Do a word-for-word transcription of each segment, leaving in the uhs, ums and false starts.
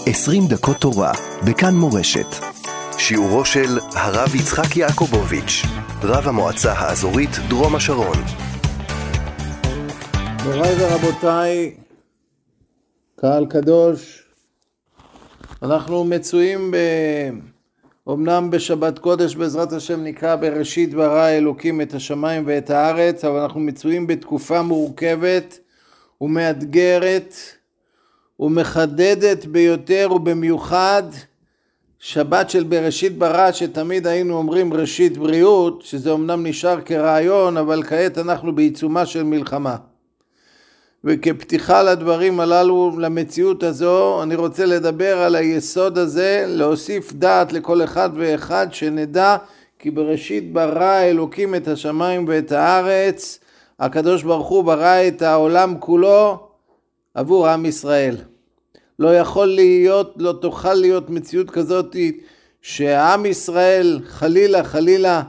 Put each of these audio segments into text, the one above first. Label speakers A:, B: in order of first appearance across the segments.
A: עשרים דקות תורה בכאן מורשת. שיעורו של הרב יצחק יעקובוביץ', רב המועצה האזורית דרום השרון.
B: מוריי ורבותיי, קהל קדוש, אנחנו מצויים ב... אמנם בשבת קודש בעזרת השם נקרא בראשית ברא אלוקים את השמיים ואת הארץ, אבל אנחנו מצויים בתקופה מורכבת ומאתגרת ומחדדת ביותר, ובמיוחד שבת של בראשית ברא, שתמיד היינו אומרים ראשית בריאות, שזה אמנם נשאר כרעיון, אבל כעת אנחנו בעיצומה של מלחמה. וכפתיחה לדברים הללו, למציאות הזו, אני רוצה לדבר על היסוד הזה, להוסיף דעת לכל אחד ואחד, שנדע כי בראשית ברא אלוקים את השמיים ואת הארץ, הקדוש ברוך הוא ברא את העולם כולו עבור עם ישראל. לא יכול להיות, לא תוכל להיות מציאות כזאת שעם ישראל חלילה חלילה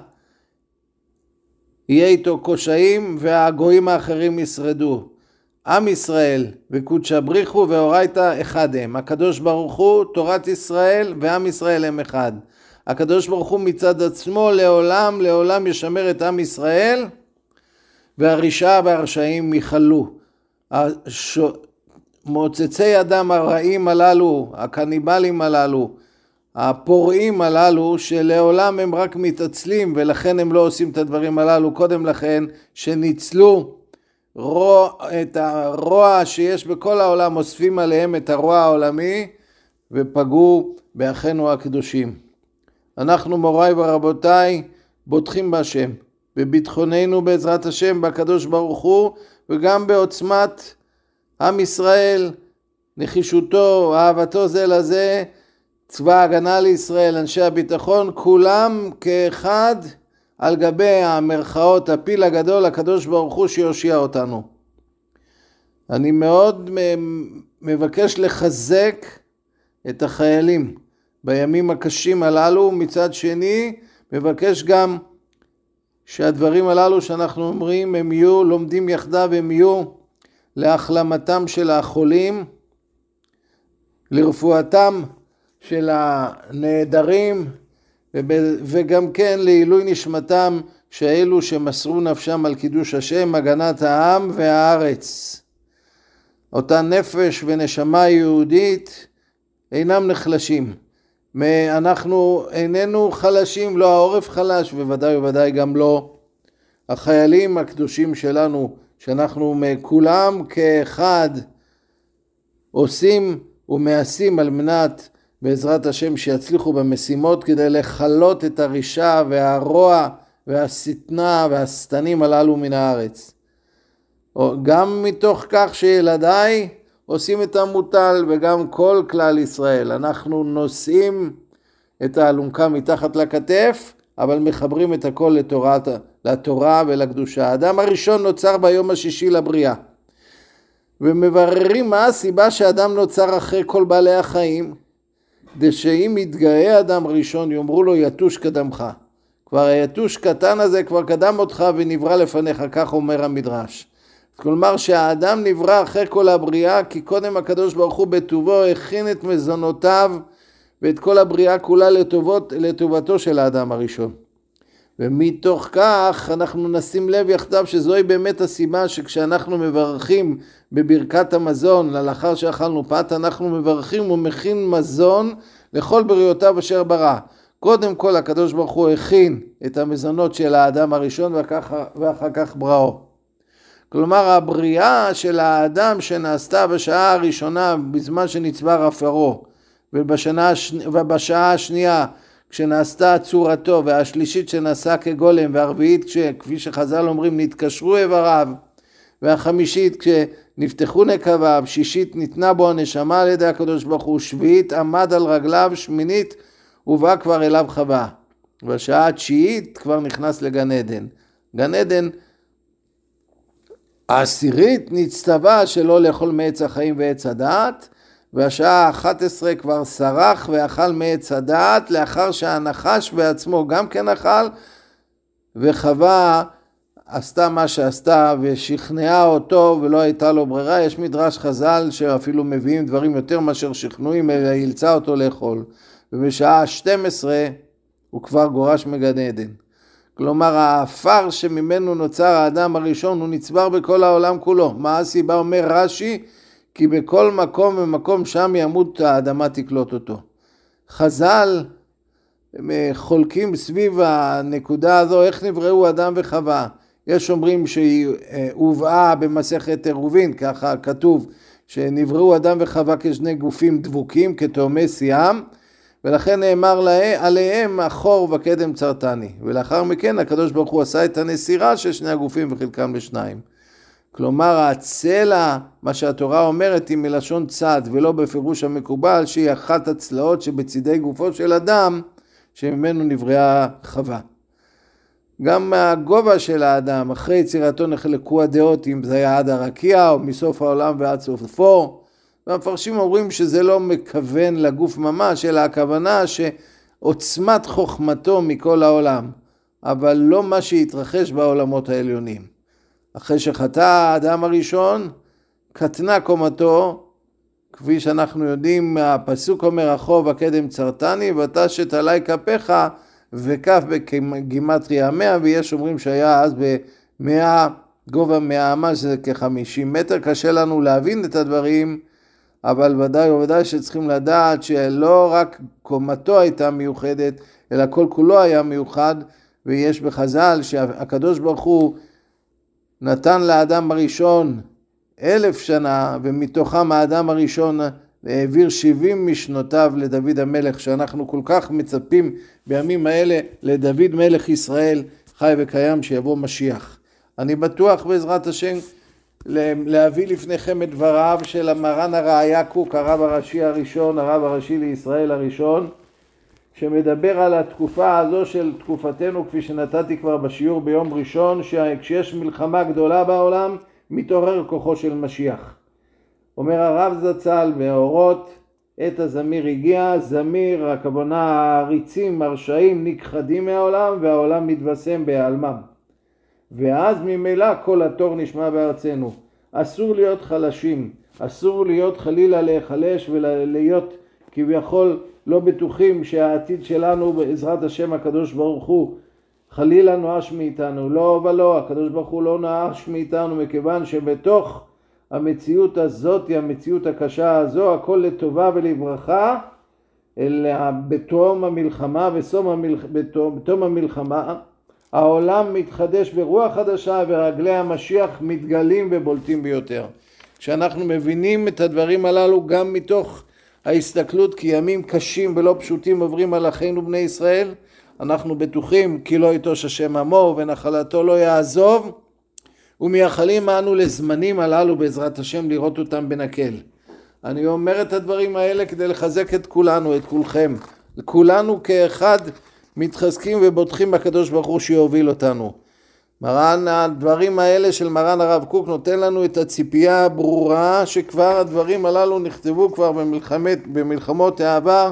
B: יהיה איתו קושיים והגויים האחרים ישרדו. עם ישראל וקודשא בריחו ואורייתא אחד הם. הקדוש ברוך הוא, תורת ישראל ועם ישראל הם אחד. הקדוש ברוך הוא מצד עצמו לעולם לעולם ישמר את עם ישראל, והרשעה והרשעים יחלו. הש... מוצצי אדם הרעים הללו, הקניבלים הללו, הפורעים הללו, שלעולם הם רק מתעצלים, ולכן הם לא עושים את הדברים הללו קודם לכן, שניצלו רוע, את הרוע שיש בכל העולם, אוספים עליהם את הרוע העולמי, ופגעו באחינו הקדושים. אנחנו מוריי ורבותיי בוטחים בהשם, בביטחוננו בעזרת השם, בקדוש ברוך הוא, וגם בעוצמת עם ישראל, נחישותו, אהבתו זה לזה, צבא ההגנה לישראל, אנשי הביטחון, כולם כאחד על גבי המרכאות, הפיל הגדול, הקדוש ברוך הוא שיושיע אותנו. אני מאוד מבקש לחזק את החיילים בימים הקשים הללו, מצד שני מבקש גם שהדברים הללו שאנחנו אומרים הם יהיו, לומדים יחדיו, הם יהיו להחלמתם של החולים, לרפואתם של הנעדרים, וגם כן לעילוי נשמתם שאלו שמסרו נפשם על קידוש השם, הגנת העם והארץ. אותה נפש ונשמה יהודית אינם נחלשים. אנחנו איננו חלשים, לא העורף חלש, וודאי וודאי גם לא החיילים הקדושים שלנו, שאנחנו כולם כאחד עושים ומעשים על מנת בעזרת השם שיצליחו במשימות כדי לחלות את הרשע והרוע והשטנה והשטנים הללו מן הארץ. גם מתוך כך שילדיי עושים את המוטל, וגם כל כלל ישראל, אנחנו נושאים את האלונקה מתחת לכתף, אבל מחברים את הכל לתורה, לתורה ולקדושה. האדם הראשון נוצר ביום השישי לבריאה, ומבררים מה הסיבה שאדם נוצר אחרי כל בעלי החיים, כדי שאם יתגאה אדם ראשון יאמרו לו יתוש קדמך. כבר היתוש קטן הזה כבר קדם אותך ונברא לפניך, כך אומר המדרש. כלומר שהאדם נברא אחרי כל הבריאה, כי קודם הקדוש ברוך הוא בטובו הכין את מזונותיו ואת כל הבריאה כולה לטובות, לטובתו של האדם הראשון. ומתוך כך אנחנו נשים לב יחדיו שזוהי באמת הסיבה שכשאנחנו מברכים בברכת המזון, לאחר שאכלנו פת, אנחנו מברכים ומכין מזון לכל בריאותיו אשר ברא. קודם כל הקדוש ברוך הוא הכין את המזונות של האדם הראשון ואחר, ואחר כך בראו. כלומר הבריאה של האדם שנעשתה בשעה הראשונה בזמן שנצבר עפרו, ובשנה, ובשעה השנייה כשנעשתה צורתו, והשלישית שנעשה כגולם, והרביעית כפי שחז"ל אומרים נתקשרו איבריו, והחמישית כשנפתחו נקביו, שישית ניתנה בו הנשמה על ידי הקדוש ברוך הוא, שביעית עמד על רגליו, שמינית ובא כבר אליו חווה, בשעה התשיעית כבר נכנס לגן עדן. גן עדן העשירית נצטווה שלא לאכול מעץ החיים ועץ הדעת, והשעה ה-אחת עשרה כבר סרח ואכל מעץ הדעת, לאחר שהנחש בעצמו גם כן אכל, וחווה עשתה מה שעשתה ושכנעה אותו ולא הייתה לו ברירה. יש מדרש חז"ל שאפילו מביאים דברים יותר מאשר שכנועים, אלא אילצה אותו לאכול. ובשעה שתים עשרה הוא כבר גורש מגן עדן. כלומר, האפר שממנו נוצר האדם הראשון הוא נצבר בכל העולם כולו. מה הסיבה? אומר רש"י, כי בכל מקום ומקום שם ימות האדמה תקלוט אותו. חז"ל חולקים סביב הנקודה הזו, איך נבראו אדם וחווה. יש אומרים שהיא הובאה במסכת עירובין, ככה כתוב, שנבראו אדם וחווה כשני גופים דבוקים, כתאומי סיאם, ולכן נאמר לה, עליהם החור וקדם צרתני. ולאחר מכן הקדוש ברוך הוא עשה את הנסירה של שני הגופים וחלקם לשניים. כלומר, הצלע, מה שהתורה אומרת, היא מלשון צד, ולא בפירוש המקובל, שהיא אחת הצלעות שבצידי גופו של אדם, שממנו נבראה חווה. גם מהגובה של האדם, אחרי יצירתו נחלקו הדעות, אם זה היה עד הרקיע, או מסוף העולם ועד סופו. והמפרשים אומרים שזה לא מכוון לגוף ממש, אלא הכוונה שעוצמת חוכמתו מכל העולם, אבל לא מה שהתרחש בעולמות העליונים. אחרי שחטא האדם הראשון, קטנה קומתו, כפי שאנחנו יודעים, הפסוק אומר, החור וקדם צרתני, ותשת עלי כפיך, וכף בגימטריה מאה, ויש אומרים שהיה אז במאה, גובה מאה אמה, שזה כ-חמישים מטר. קשה לנו להבין את הדברים, אבל ודאי וודאי שצריכים לדעת שלא רק קומתו הייתה מיוחדת, אלא כל כולו היה מיוחד, ויש בחז"ל שהקדוש ברוך הוא נתן לאדם הראשון אלף שנה, ומתוכם האדם הראשון העביר שבעים משנותיו לדוד המלך, שאנחנו כל כך מצפים בימים האלה לדוד מלך ישראל, חי וקיים, שיבוא משיח. אני בטוח בעזרת השם להביא לפניכם את דבריו של המרן הראי"ה קוק, הרב הראשי הראשון, הרב הראשי לישראל הראשון, שמדבר על התקופה הזו של תקופתנו, כפי שנתתי כבר בשיעור ביום ראשון, שכשיש מלחמה גדולה בעולם, מתעורר כוחו של משיח. אומר הרב זצ"ל באורות, עת הזמיר הגיע, זמיר, הכוונה העריצים, הרשעים, נכחדים מהעולם, והעולם מתבשם בהיעלמם. ואז ממילא כל התור נשמע בארצנו. אסור להיות חלשים, אסור להיות חלילה להיחלש ולהיות כביכול לא בטוחים שהעתיד שלנו בעזרת השם הקדוש ברוך הוא חלילה נואש מאיתנו. לא ולא, הקדוש ברוך הוא לא נואש מאיתנו, מכיוון שבתוך המציאות הזאת, המציאות הקשה הזו, הכל לטובה ולברכה, אלא בתום המלחמה, בסום המלח... בתום, בתום המלחמה, העולם מתחדש ברוח חדשה, ורגלי המשיח מתגלים ובולטים ביותר. כשאנחנו מבינים את הדברים הללו גם מתוך ההסתכלות, כי ימים קשים ולא פשוטים עוברים על אחינו בני ישראל, אנחנו בטוחים כי לא יטוש השם עמו ונחלתו לא יעזוב, ומייחלים אנו לזמנים הללו בעזרת השם לראות אותם בנקל. אני אומר את הדברים האלה כדי לחזק את כולנו, את כולכם. כולנו כאחד מתחזקים ובוטחים בקדוש ברוך הוא שיוביל אותנו. מרן, הדברים האלה של מרן הרב קוק נותן לנו את הציפייה הברורה שכבר הדברים הללו נכתבו כבר במלחמת, במלחמות העבר,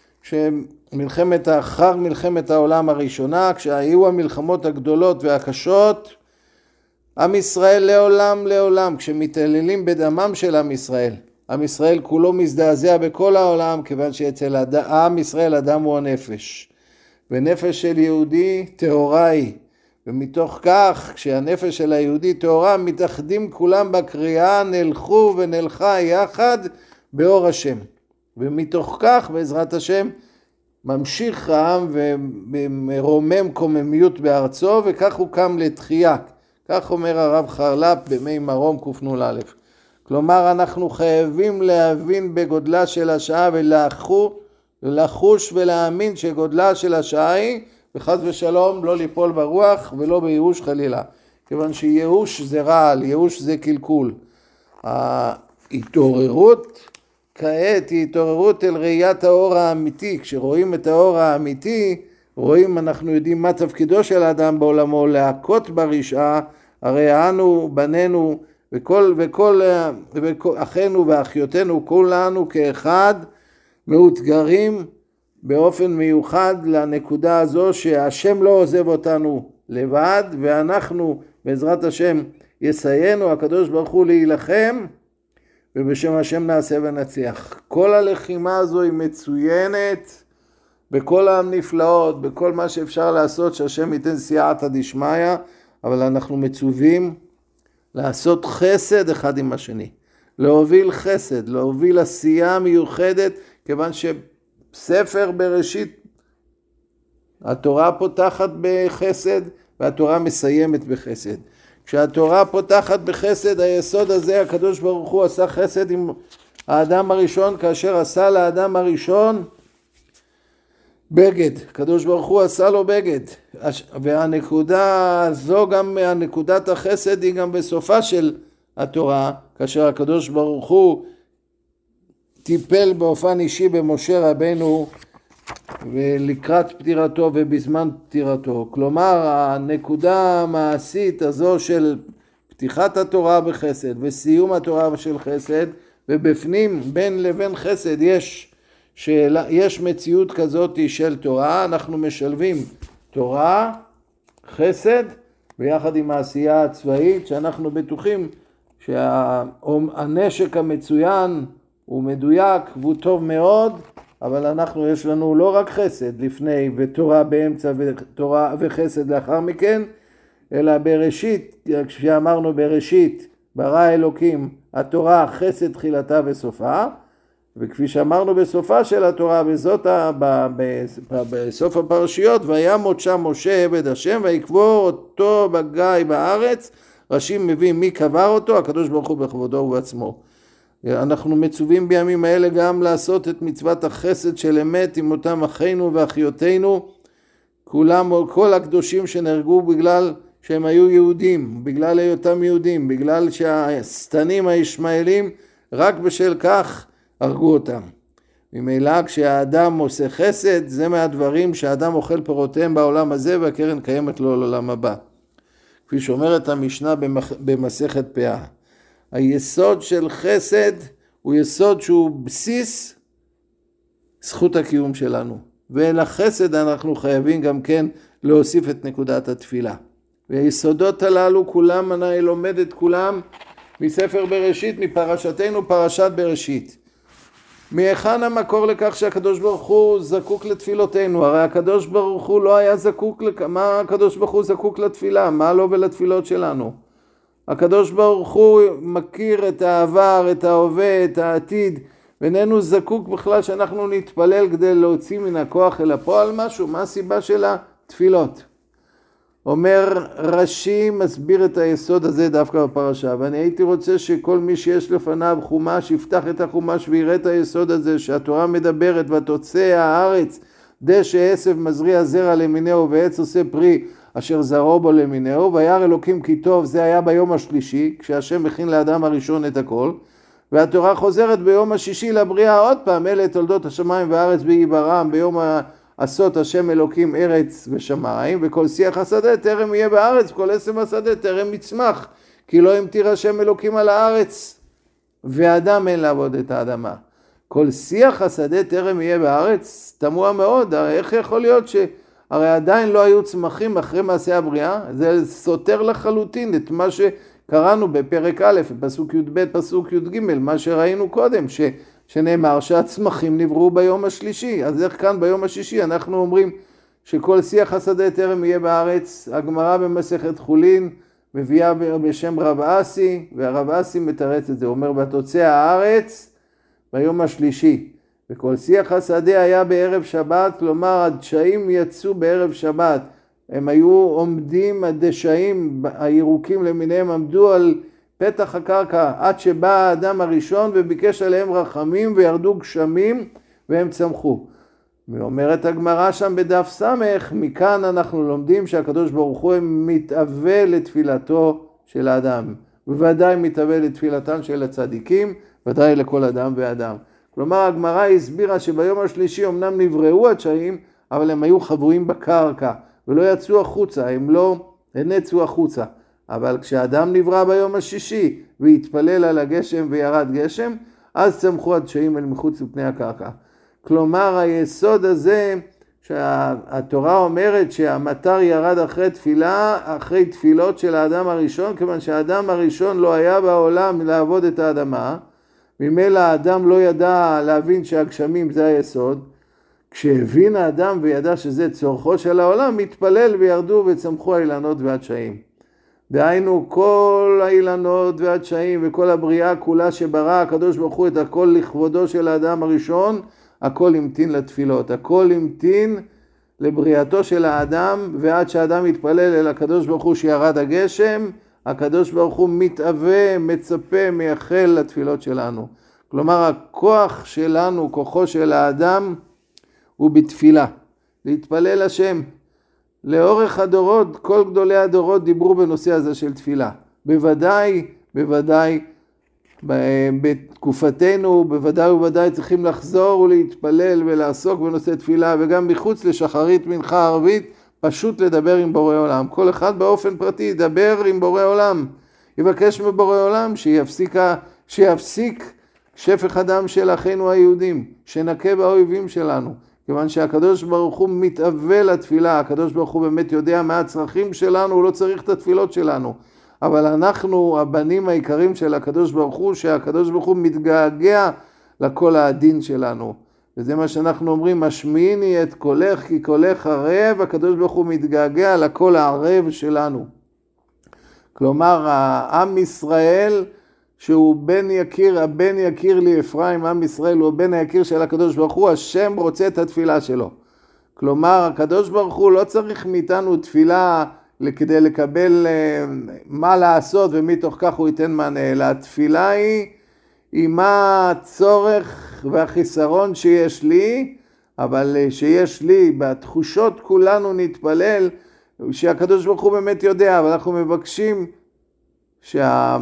B: שמלחמת אחר מלחמת העולם הראשונה, כשהיו המלחמות הגדולות והקשות, עם ישראל לעולם לעולם, כשמתעללים בדמם של עם ישראל, עם ישראל כולו מזדעזע בכל העולם, כיוון שאצל עם ישראל אדם הוא הנפש, ונפש של יהודי טהורה היא, ומתוך כך כשהנפש של היהודי טהורה מתאחדים כולם בקריאה נלכו ונלכה יחד באור השם, ומתוך כך בעזרת השם ממשיך העם ומרומם קוממיות בארצו, וכך הוא קם לתחייה. כך אומר הרב חרל"פ במי מרום קנ"א. כלומר, אנחנו חייבים להבין בגודלה של השעה ולחוש ולהאמין שגודלה של השעה היא, וחס ושלום לא ליפול ברוח ולא בייאוש חלילה. כיוון שייאוש זה רעל, ייאוש זה קלקול. ההתעוררות כעת היא התעוררות אל ראיית האור האמיתי. כשרואים את האור האמיתי, רואים, אנחנו יודעים מה תפקידו של האדם בעולמו, להכות ברשעה. הרי אנו, בנינו, וכל, וכל, וכל אחינו ואחיותינו, כולנו כאחד, מאותגרים באופן מיוחד לנקודה הזו שהשם לא עוזב אותנו לבד, ואנחנו בעזרת השם יסיינו הקדוש ברוך הוא להילחם, ובשם השם נעשה ונצליח. כל הלחימה הזו היא מצוינת, בכל הנפלאות, בכל מה שאפשר לעשות, שהשם ייתן סייעתא דשמיא, אבל אנחנו מצווים לעשות חסד אחד עם השני. להוביל חסד, להוביל עשייה מיוחדת, כיוון שספר בראשית, התורה פותחת בחסד, והתורה מסיימת בחסד. כשהתורה פותחת בחסד, היסוד הזה, הקדוש ברוך הוא עשה חסד עם האדם הראשון, כאשר עשה לאדם הראשון בגד. הקדוש ברוך הוא עשה לו בגד. והנקודה הזו, גם הנקודת החסד, היא גם בסופה של התורה, כאשר הקדוש ברוך הוא טיפל באופן אישי במשה רבנו, ולקראת פטירתו ובזמן פטירתו. כלומר, הנקודה המעשית הזו של פתיחת התורה בחסד וסיום התורה של חסד, ובפנים בין לבין חסד יש, שאלה, יש מציאות כזאת של תורה. אנחנו משלבים תורה, חסד, ביחד עם העשייה הצבאית, שאנחנו בטוחים שהנשק המצוין הוא מדויק והוא טוב מאוד, אבל אנחנו, יש לנו לא רק חסד לפני ותורה באמצע ותורה וחסד לאחר מכן, אלא בראשית, כשאמרנו בראשית ברא אלוקים, התורה חסד תחילתה וסופה, וכפי שאמרנו בסופה של התורה, בזאת, בסוף הפרשיות, וימות שם משה עבד השם ויקבור אותו בגיא בארץ. רש"י מביא מי קבר אותו, הקדוש ברוך הוא בכבודו ובעצמו. אנחנו מצווים בימים האלה גם לעשות את מצוות החסד של אמת עם אותם אחינו ואחיותינו, כולם, כל הקדושים שנהרגו בגלל שהם היו יהודים, בגלל היותם יהודים, בגלל שהשטנים הישמעאלים רק בשל כך הרגו אותם. ממילא כשהאדם עושה חסד, זה מהדברים שהאדם אוכל פירותיהם בעולם הזה, והקרן קיימת לו לעולם הבא. כפי שאומרת המשנה במסכת פאה. היסוד של חסד הוא יסוד שהוא בסיס זכות הקיום שלנו. ולחסד אנחנו חייבים גם כן להוסיף את נקודת התפילה. והיסודות הללו כולם, אני לומד את כולם מספר בראשית, מפרשתנו פרשת בראשית. מהיכן המקור לכך שהקדוש ברוך הוא זקוק לתפילותינו? הרי הקדוש ברוך הוא לא היה זקוק, מה הקדוש ברוך הוא זקוק לתפילה? מה לא ולתפילות שלנו? הקדוש ברוך הוא מכיר את העבר, את ההווה, את העתיד, ואיננו זקוק בכלל שאנחנו נתפלל כדי להוציא מן הכוח אל הפועל משהו. מה הסיבה של התפילות? אומר רש"י, מסביר את היסוד הזה דווקא בפרשה, ואני הייתי רוצה שכל מי שיש לפניו חומש יפתח את החומש ויראה את היסוד הזה, שהתורה מדברת ותוצא הארץ דשא עשב מזריע זרע למינהו ועץ עושה פרי אשר זרעו בו למינהו, וירא אלוקים כי טוב. זה היה ביום השלישי, כשהשם מכין לאדם הראשון את הכל, והתורה חוזרת ביום השישי לבריאה עוד פעם, אלה תולדות השמיים והארץ בעיברם, ביום עשות השם אלוקים ארץ ושמיים, וכל שיח השדה טרם יהיה בארץ, כל עשב השדה טרם יצמח, כי לא המטיר השם אלוקים על הארץ, ואדם אין לעבוד את האדמה. כל שיח השדה טרם יהיה בארץ, תמוה מאוד. איך יכול להיות שהרי עדיין לא היו צמחים אחרי מעשה הבריאה? זה סותר לחלוטין את מה שקראנו בפרק א', פסוק י' ב', פסוק י' ג', מה שראינו קודם, ש... שנאמר שהצמחים נבראו ביום השלישי. אז איך כאן ביום השישי אנחנו אומרים שכל שיח השדה טרם יהיה בארץ? הגמרא במסכת חולין מביאה בשם רב אסי, והרב אסי מתרץ את זה, אומר ותוצא הארץ ביום השלישי, וכל שיח השדה היה בערב שבת, כלומר הדשאים יצאו בערב שבת, הם היו עומדים, הדשאים הירוקים למיניהם עמדו על פתח הקרקע עד שבא האדם הראשון וביקש עליהם רחמים וירדו גשמים והם צמחו. ואומרת הגמרא שם בדף סמך, מכאן אנחנו לומדים שהקדוש ברוך הוא מתאווה לתפילתו של האדם, בוודאי מתאווה לתפילתן של הצדיקים, ודאי לכל אדם ואדם. כלומר הגמרא הסבירה שביום השלישי אמנם נבראו הדשאים, אבל הם היו חבויים בקרקע ולא יצאו החוצה, הם לא נצאו החוצה. אבל כשאדם נברא ביום השישי והתפלל על הגשם וירד גשם, אז צמחו הדשאים אל מחוץ לפני הקרקע. כלומר היסוד הזה שהתורה אומרת שהמטר ירד אחרי תפילה, אחרי תפילות של האדם הראשון, כיוון שהאדם הראשון לא היה בעולם לעבוד את האדמה, ממילא האדם לא ידע להבין שהגשמים זה היסוד. כשהבין האדם וידע שזה צורכו של העולם, מתפלל וירדו וצמחו האילנות והדשאים. דהיינו כל האילנות והדשאים וכל הבריאה כולה שברא הקדוש ברוך הוא את הכל לכבודו של האדם הראשון, הכל המתין לתפילות, הכל המתין לבריאתו של האדם, ועד שהאדם מתפלל אל הקדוש ברוך הוא שירד הגשם, הקדוש ברוך הוא מתאווה, מצפה, מייחל לתפילות שלנו. כלומר, הכוח שלנו, כוחו של האדם, הוא בתפילה, להתפלל השם. לאורך הדורות, כל גדולי הדורות דיברו בנושא הזה של תפילה. בוודאי, בוודאי, בתקופתנו, בוודאי ובוודאי צריכים לחזור ולהתפלל ולעסוק בנושא תפילה, וגם מחוץ לשחרית מנחה ערבית, פשוט לדבר עם בורא עולם. כל אחד באופן פרטי ידבר עם בורא עולם. יבקש מבורא עולם שיפסיק, שיפסיק שפך הדם של אחינו היהודים, שנקה באויבים שלנו. כיוון שהקדוש ברוך הוא מתאווה לתפילה, הקדוש ברוך הוא באמת יודע מה הצרכים שלנו, הוא לא צריך את התפילות שלנו. אבל אנחנו הבנים העיקרים של הקדוש ברוך הוא, שהקדוש ברוך הוא מתגעגע לכל העדין שלנו. וזה מה שאנחנו אומרים, משמיעיני את קולך כי קולך ערב, הקדוש ברוך הוא מתגעגע לכל הערב שלנו. כלומר, העם ישראל, שהוא בן יקיר, הבן יקיר לי אפרים, עם ישראל הוא הבן היקיר של הקדוש ברוך הוא, השם רוצה את התפילה שלו. כלומר, הקדוש ברוך הוא לא צריך מאיתנו תפילה כדי לקבל מה לעשות, ומתוך כך הוא ייתן מענה, אלא התפילה היא, היא מה הצורך והחיסרון שיש לי, אבל שיש לי, בתחושות כולנו נתפלל, שהקדוש ברוך הוא באמת יודע, אבל אנחנו מבקשים, שה,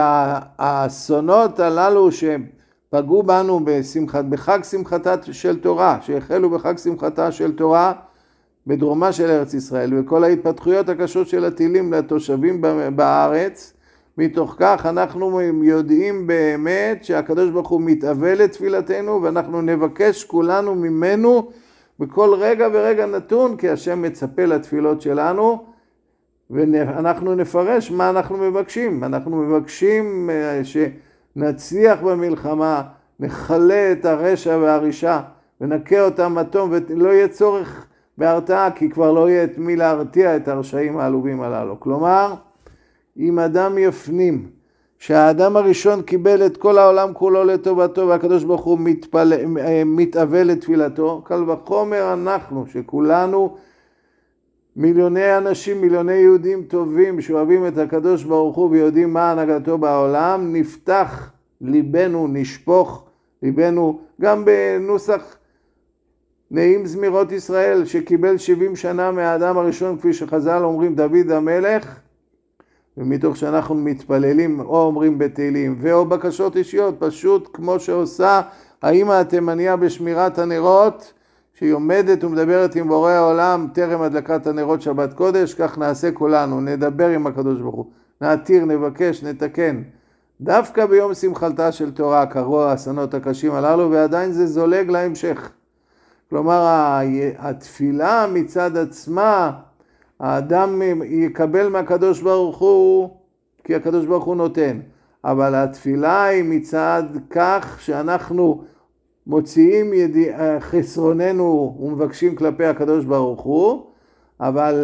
B: שהאסונות הללו שפגעו בנו בשמחת, בחג שמחתה של תורה, שהחלו בחג שמחתה של תורה בדרומה של ארץ ישראל, וכל ההתפתחויות הקשות של הטילים לתושבים בארץ, מתוך כך אנחנו יודעים באמת שהקדוש ברוך הוא מתאווה לתפילתנו, ואנחנו נבקש כולנו ממנו בכל רגע ורגע נתון, כי השם מצפה לתפילות שלנו, ואנחנו נפרש מה אנחנו מבקשים. אנחנו מבקשים שנצליח במלחמה, נחלה את הרשע והרישה, ונקה אותם מתום, ולא יהיה צורך בהרתעה, כי כבר לא יהיה את מי להרתיע את הרשעים העלובים הללו. כלומר, אם אדם יפנים שהאדם הראשון קיבל את כל העולם כולו לטובתו, והקדוש ברוך הוא מתפל... מתאווה לתפילתו, קל וחומר אנחנו, שכולנו מיליוני אנשים, מיליוני יהודים טובים שאוהבים את הקדוש ברוך הוא ויודעים מה הנהגתו בעולם, נפתח ליבנו, נשפוך ליבנו, גם בנוסח נעים זמירות ישראל שקיבל שבעים שנה מהאדם הראשון, כפי שחז"ל אומרים דוד המלך, ומתוך שאנחנו מתפללים או אומרים בתהילים ואו בקשות אישיות, פשוט כמו שעושה האמא התימניה בשמירת הנרות, שהיא עומדת ומדברת עם בורא העולם טרם הדלקת הנרות שבת קודש, כך נעשה כולנו, נדבר עם הקדוש ברוך הוא, נעתיר, נבקש, נתקן. דווקא ביום שמחתה של תורה קרו האסונות הקשים הללו, ועדיין זה זולג להמשך. כלומר, התפילה מצד עצמה, האדם יקבל מהקדוש ברוך הוא, כי הקדוש ברוך הוא נותן. אבל התפילה היא מצד כך שאנחנו מוציאים ידיע, חסרוננו ומבקשים כלפי הקדוש ברוך הוא, אבל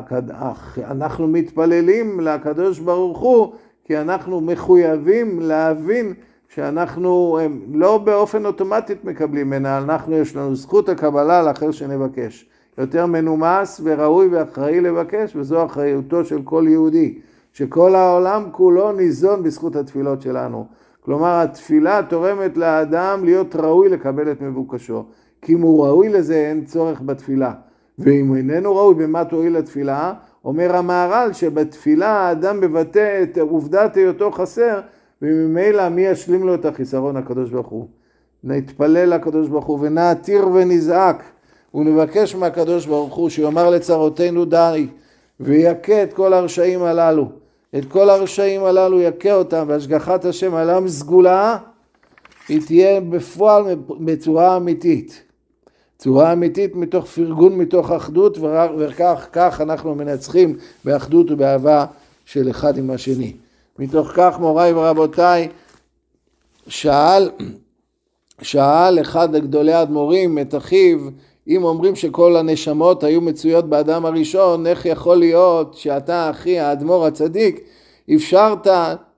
B: אנחנו מתפללים לקדוש ברוך הוא, כי אנחנו מחויבים להבין שאנחנו לא באופן אוטומטית מקבלים ממנה, אנחנו יש לנו זכות הקבלה לאחר שנבקש. יותר מנומס וראוי ואחראי לבקש, וזו אחריותו של כל יהודי, שכל העולם כולו ניזון בזכות התפילות שלנו. כלומר, התפילה תורמת לאדם להיות ראוי לקבל את מבוקשו. כי אם הוא ראוי לזה, אין צורך בתפילה. ואם הוא איננו ראוי, במה תועיל לתפילה? אומר המהר"ל שבתפילה האדם מבטא את עובדת היותו חסר, וממילא מי ישלים לו את החיסרון? הקדוש ברוך הוא. נתפלל לקדוש ברוך הוא ונעתיר ונזעק, ונבקש מהקדוש ברוך הוא שיאמר לצרותינו די, ויקה את כל הרשעים הללו. את כל הרשעים הללו יקה אותם, והשגחת השם עליהם סגולה, היא תהיה בפועל בצורה אמיתית. צורה אמיתית מתוך פרגון, מתוך אחדות, וכך כך אנחנו מנצחים באחדות ובאהבה של אחד עם השני. מתוך כך מוריי ורבותיי, שאל, שאל אחד גדולי האדמו"רים את אחיו, אם אומרים שכל הנשמות היו מצויות באדם הראשון, איך יכול להיות שאתה אחי האדמו"ר הצדיק, אפשרת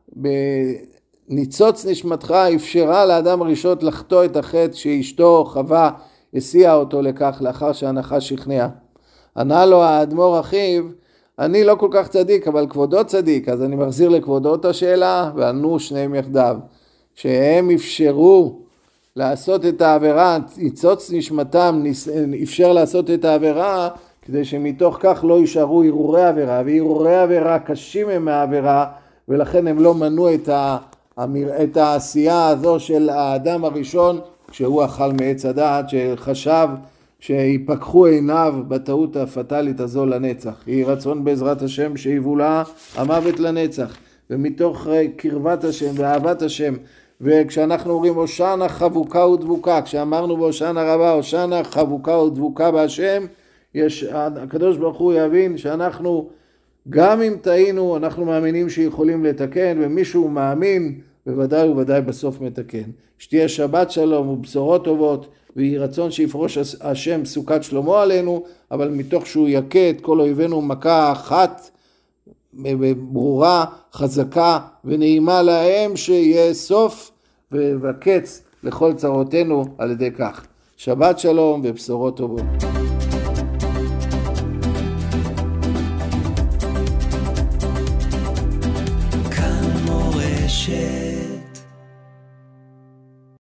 B: בניצוץ נשמתך, אפשרה לאדם הראשון לחטוא את החטא שאשתו חווה, הסיעה אותו לכך לאחר שהנחש שכנע. ענה לו האדמו"ר אחיו, אני לא כל כך צדיק, אבל כבודו צדיק, אז אני מחזיר לכבודו את השאלה, וענו שניהם יחדיו, שהם אפשרו לעשות את העבירה, ניצוץ נשמתם אפשר לעשות את העבירה, כדי שמתוך כך לא יישארו הרהורי עבירה, והרהורי עבירה קשים הם מהעבירה, ולכן הם לא מנעו את, ה, את העשייה הזו של האדם הראשון, כשהוא אכל מעץ הדעת, שחשב שיפקחו עיניו בטעות הפטלית הזו לנצח. יהי רצון בעזרת השם שיבולע המוות לנצח, ומתוך קרבת השם ואהבת השם, וכשאנחנו אומרים הושענא חבוקה ודבוקה, כשאמרנו בהושענא רבה הושענא חבוקה ודבוקה בהשם, יש, הקדוש ברוך הוא יבין שאנחנו גם אם טעינו אנחנו מאמינים שיכולים לתקן, ומישהו מאמין בוודאי ובוודאי בסוף מתקן. שתהיה שבת שלום ובשורות טובות, ויהי רצון שיפרוש השם סוכת שלמה עלינו, אבל מתוך שהוא יכה את כל אויבינו מכה אחת ברורה, חזקה ונעימה להם, שיהיה סוף וקץ לכל צרותינו על ידי כך. שבת שלום ובשורות טובות.